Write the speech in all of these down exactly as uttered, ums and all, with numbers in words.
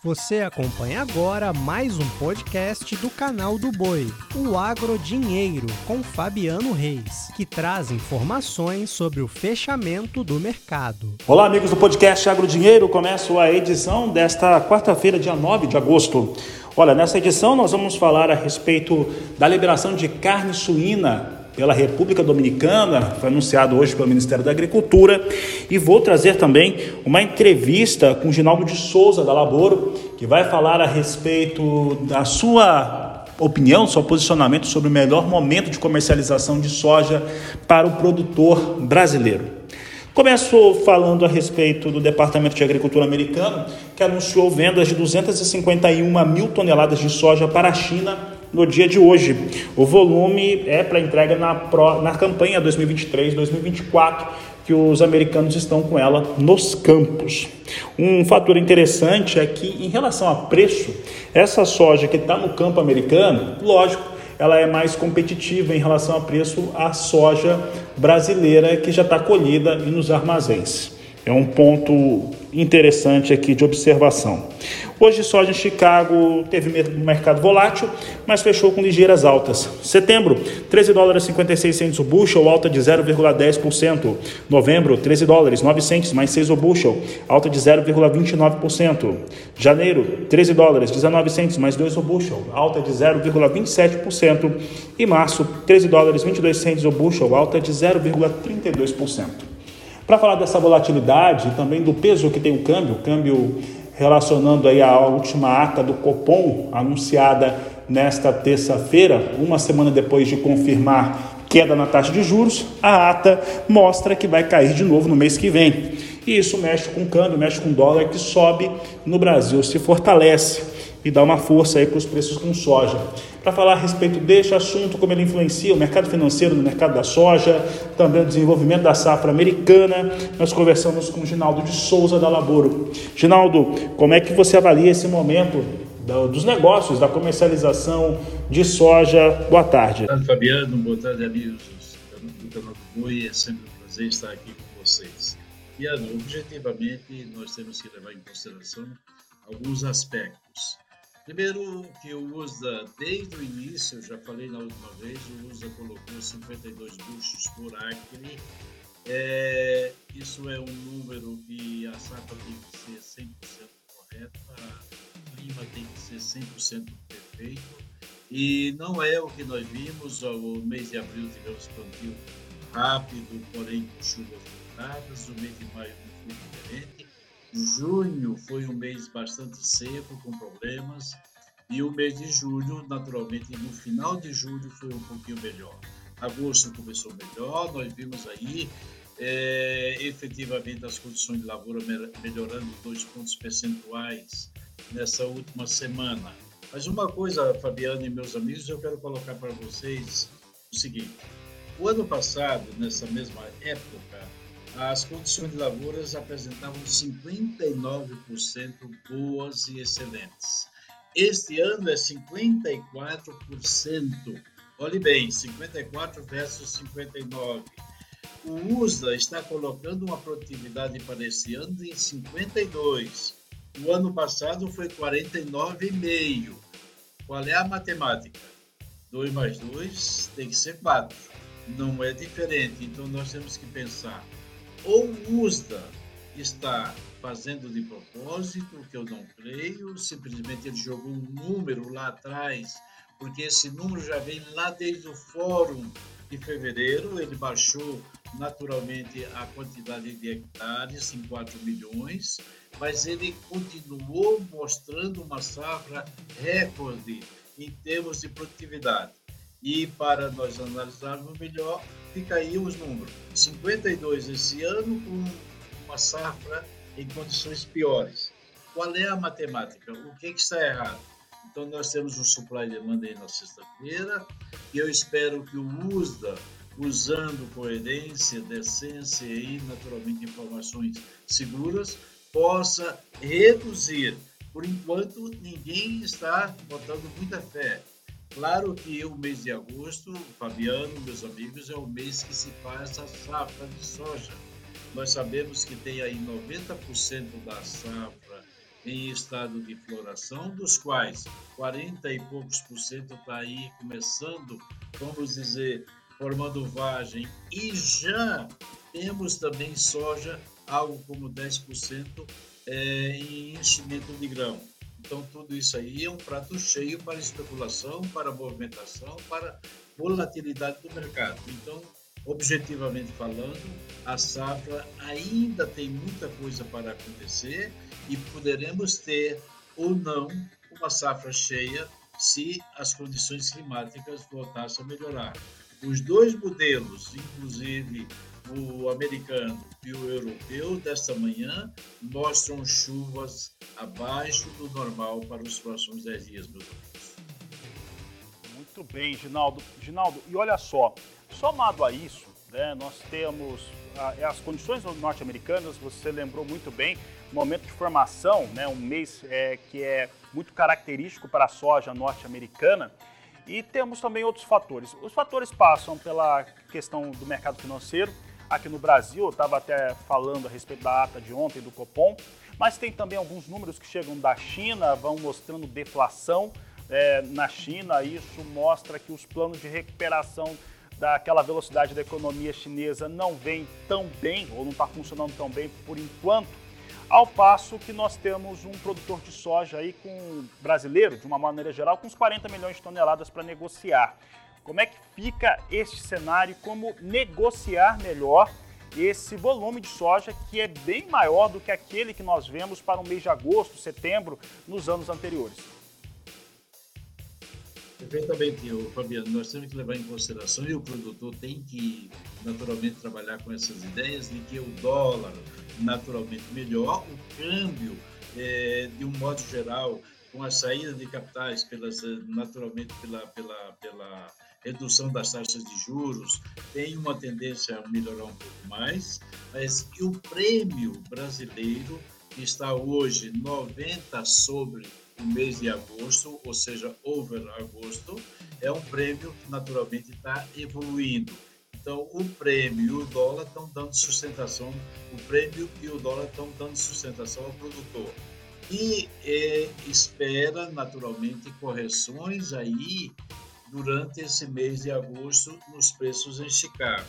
Você acompanha agora mais um podcast do canal do Boi, o Agro Dinheiro, com Fabiano Reis, que traz informações sobre o fechamento do mercado. Olá, amigos do podcast Agro Dinheiro, começo a edição desta quarta-feira, dia nove de agosto. Olha, nessa edição nós vamos falar a respeito da liberação de carne suína pela República Dominicana, foi anunciado hoje pelo Ministério da Agricultura, e vou trazer também uma entrevista com o Ginaldo de Souza, da Laboro, que vai falar a respeito da sua opinião, seu posicionamento sobre o melhor momento de comercialização de soja para o produtor brasileiro. Começo falando a respeito do Departamento de Agricultura americano, que anunciou vendas de duzentas e cinquenta e uma mil toneladas de soja para a China no dia de hoje. O volume é para entrega na, pro, na campanha dois mil e vinte e três dois mil e vinte e quatro, que os americanos estão com ela nos campos. Um fator interessante é que, em relação a preço, essa soja que está no campo americano, lógico, ela é mais competitiva em relação a preço à soja brasileira que já está colhida e nos armazéns. É um ponto interessante aqui de observação. Hoje, soja em Chicago teve mercado volátil, mas fechou com ligeiras altas. Setembro, treze dólares e cinquenta e seis centavos o bushel, alta de zero vírgula dez por cento. Novembro, treze dólares, nove centavos mais seis o bushel, alta de zero vírgula vinte e nove por cento. Janeiro, treze dólares, dezenove centavos mais dois o bushel, alta de zero vírgula vinte e sete por cento. E março, treze dólares, vinte e dois centavos o bushel, alta de zero vírgula trinta e dois por cento. Para falar dessa volatilidade e também do peso que tem o câmbio, o câmbio relacionando aí a última ata do Copom, anunciada nesta terça-feira, uma semana depois de confirmar queda na taxa de juros, a ata mostra que vai cair de novo no mês que vem. E isso mexe com o câmbio, mexe com o dólar que sobe no Brasil, se fortalece e dá uma força aí para os preços com soja. Para falar a respeito deste assunto, como ele influencia o mercado financeiro no mercado da soja, também o desenvolvimento da safra americana, nós conversamos com o Ginaldo de Souza, da Laboro. Ginaldo, como é que você avalia esse momento dos negócios, da comercialização de soja? Boa tarde. Boa tarde, Fabiano. Boa tarde, amigos do canal do Boi. É sempre um prazer estar aqui com vocês. E, objetivamente, nós temos que levar em consideração alguns aspectos. Primeiro, que o U S D A, desde o início, eu já falei na última vez, o U S D A colocou cinquenta e dois buchos por acre. É, isso é um número que a safra tem que ser cem por cento correta, o clima tem que ser cem por cento perfeito, e não é o que nós vimos. O mês de abril tivemos plantio rápido, porém com chuvas limitadas, o mês de maio não foi diferente. Junho foi um mês bastante seco, com problemas, e o mês de julho, naturalmente, no final de julho foi um pouquinho melhor. Agosto começou melhor, nós vimos aí é, efetivamente as condições de lavoura melhorando dois pontos percentuais nessa última semana. Mas uma coisa, Fabiano e meus amigos, eu quero colocar para vocês o seguinte: o ano passado, nessa mesma época, as condições de lavouras apresentavam cinquenta e nove por cento boas e excelentes. Este ano é cinquenta e quatro por cento. Olhe bem, cinquenta e quatro versus cinquenta e nove. O U S D A está colocando uma produtividade para esse ano em cinquenta e dois. O ano passado foi quarenta e nove vírgula cinco. Qual é a matemática? dois mais dois tem que ser quatro. Não é diferente. Então nós temos que pensar: ou o U S D A está fazendo de propósito, o que eu não creio, simplesmente ele jogou um número lá atrás, porque esse número já vem lá desde o fórum de fevereiro, ele baixou naturalmente a quantidade de hectares em quatro milhões, mas ele continuou mostrando uma safra recorde em termos de produtividade. E para nós analisarmos melhor, fica aí os números. cinquenta e dois esse ano, com uma safra em condições piores. Qual é a matemática? O que, que está errado? Então, nós temos um supply demand aí na sexta-feira, e eu espero que o U S D A, usando coerência, decência e, naturalmente, informações seguras, possa reduzir. Por enquanto, ninguém está botando muita fé. Claro que o mês de agosto, Fabiano, meus amigos, é o mês que se faz a safra de soja. Nós sabemos que tem aí noventa por cento da safra em estado de floração, dos quais quarenta e poucos por cento está aí começando, vamos dizer, formando vagem, e já temos também soja, algo como dez por cento é, em enchimento de grão. Então, tudo isso aí é um prato cheio para especulação, para movimentação, para volatilidade do mercado. Então, objetivamente falando, a safra ainda tem muita coisa para acontecer e poderemos ter ou não uma safra cheia se as condições climáticas voltassem a melhorar. Os dois modelos, inclusive o americano e o europeu, desta manhã, mostram chuvas abaixo do normal para os próximos dez dias, meus amigos. Muito bem, Ginaldo. Ginaldo, e olha só, somado a isso, né, nós temos a, as condições norte-americanas, você lembrou muito bem, momento de formação, né, um mês é, que é muito característico para a soja norte-americana, e temos também outros fatores. Os fatores passam pela questão do mercado financeiro. Aqui no Brasil, eu estava até falando a respeito da ata de ontem do Copom, mas tem também alguns números que chegam da China, vão mostrando deflação é, na China. Isso mostra que os planos de recuperação daquela velocidade da economia chinesa não vem tão bem, ou não está funcionando tão bem por enquanto, ao passo que nós temos um produtor de soja aí com brasileiro, de uma maneira geral, com uns quarenta milhões de toneladas para negociar. Como é que fica este cenário, como negociar melhor esse volume de soja que é bem maior do que aquele que nós vemos para o mês de agosto, setembro, nos anos anteriores? Perfeitamente, Fabiano. Nós temos que levar em consideração, e o produtor tem que naturalmente trabalhar com essas ideias de que o dólar naturalmente melhor, o câmbio, é, de um modo geral, com a saída de capitais, pelas, naturalmente pela, pela, pela redução das taxas de juros, tem uma tendência a melhorar um pouco mais, mas e o prêmio brasileiro está hoje noventa sobre o mês de agosto, ou seja, over agosto, é um prêmio que naturalmente está evoluindo. Então, o prêmio e o dólar estão dando sustentação, o prêmio e o dólar estão dando sustentação ao produtor. E é, espera, naturalmente, correções aí durante esse mês de agosto nos preços em Chicago.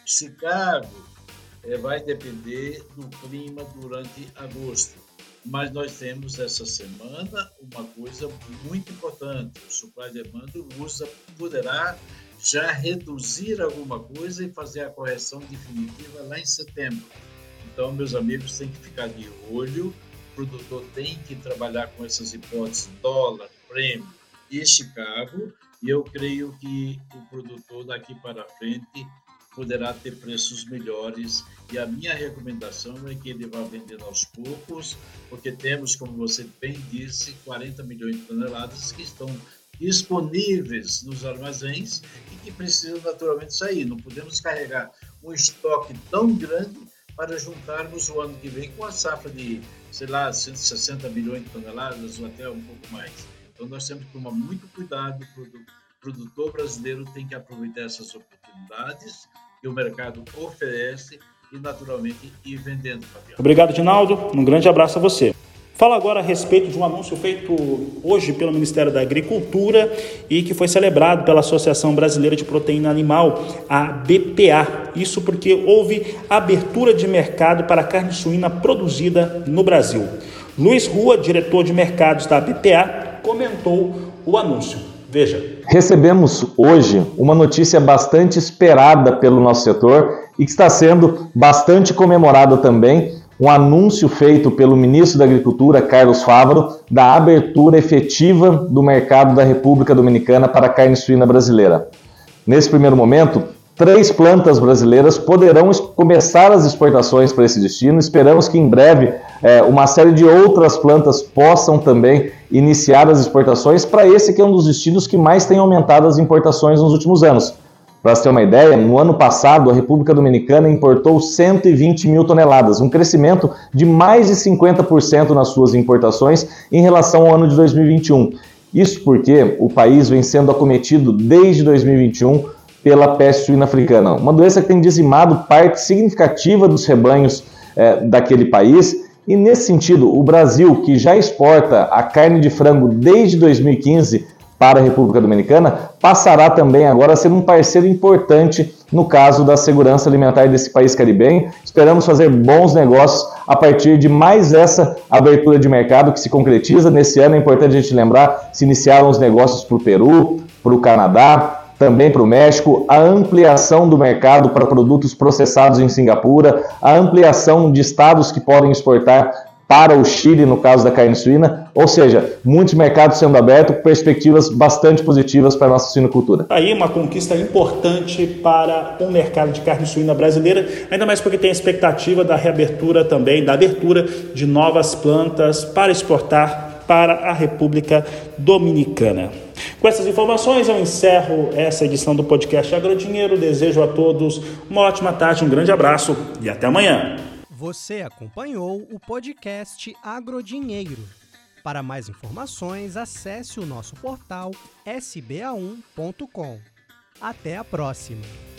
Chicago é, vai depender do clima durante agosto, mas nós temos essa semana uma coisa muito importante. O supply demand usa, poderá já reduzir alguma coisa e fazer a correção definitiva lá em setembro. Então, meus amigos, tem que ficar de olho. O produtor tem que trabalhar com essas hipóteses dólar, prêmio e Chicago, e eu creio que o produtor daqui para frente poderá ter preços melhores, e a minha recomendação é que ele vá vendendo aos poucos, porque temos, como você bem disse, quarenta milhões de toneladas que estão disponíveis nos armazéns e que precisam naturalmente sair. Não podemos carregar um estoque tão grande para juntarmos o ano que vem com a safra de, sei lá, cento e sessenta milhões de toneladas ou até um pouco mais. Então, nós temos que tomar muito cuidado. O produtor brasileiro tem que aproveitar essas oportunidades que o mercado oferece e, naturalmente, ir vendendo, Fabiano. Obrigado, Ginaldo. Um grande abraço a você. Fala agora a respeito de um anúncio feito hoje pelo Ministério da Agricultura e que foi celebrado pela Associação Brasileira de Proteína Animal, a B P A. Isso porque houve abertura de mercado para a carne suína produzida no Brasil. Luiz Rua, diretor de mercados da B P A, comentou o anúncio. Veja. Recebemos hoje uma notícia bastante esperada pelo nosso setor e que está sendo bastante comemorada também, um anúncio feito pelo ministro da Agricultura, Carlos Fávaro, da abertura efetiva do mercado da República Dominicana para a carne suína brasileira. Nesse primeiro momento, três plantas brasileiras poderão começar as exportações para esse destino. Esperamos que em breve é, uma série de outras plantas possam também iniciar as exportações para esse que é um dos destinos que mais tem aumentado as importações nos últimos anos. Para você ter uma ideia, no ano passado a República Dominicana importou cento e vinte mil toneladas, um crescimento de mais de cinquenta por cento nas suas importações em relação ao ano de dois mil e vinte e um. Isso porque o país vem sendo acometido desde dois mil e vinte e um pela peste suína africana, uma doença que tem dizimado parte significativa dos rebanhos eh, daquele país E nesse sentido, o Brasil, que já exporta a carne de frango desde dois mil e quinze para a República Dominicana, passará também agora a ser um parceiro importante no caso da segurança alimentar desse país caribenho. Esperamos fazer bons negócios a partir de mais essa abertura de mercado que se concretiza. Nesse ano, é importante a gente lembrar, se iniciaram os negócios para o Peru, para o Canadá, também para o México, a ampliação do mercado para produtos processados em Singapura, a ampliação de estados que podem exportar para o Chile, no caso da carne suína, ou seja, muitos mercados sendo abertos, perspectivas bastante positivas para a nossa suinocultura. Aí uma conquista importante para o mercado de carne suína brasileira, ainda mais porque tem a expectativa da reabertura também, da abertura de novas plantas para exportar para a República Dominicana. Com essas informações, eu encerro essa edição do podcast Agrodinheiro. Desejo a todos uma ótima tarde, um grande abraço e até amanhã. Você acompanhou o podcast Agrodinheiro. Para mais informações, acesse o nosso portal s b a um ponto com. Até a próxima!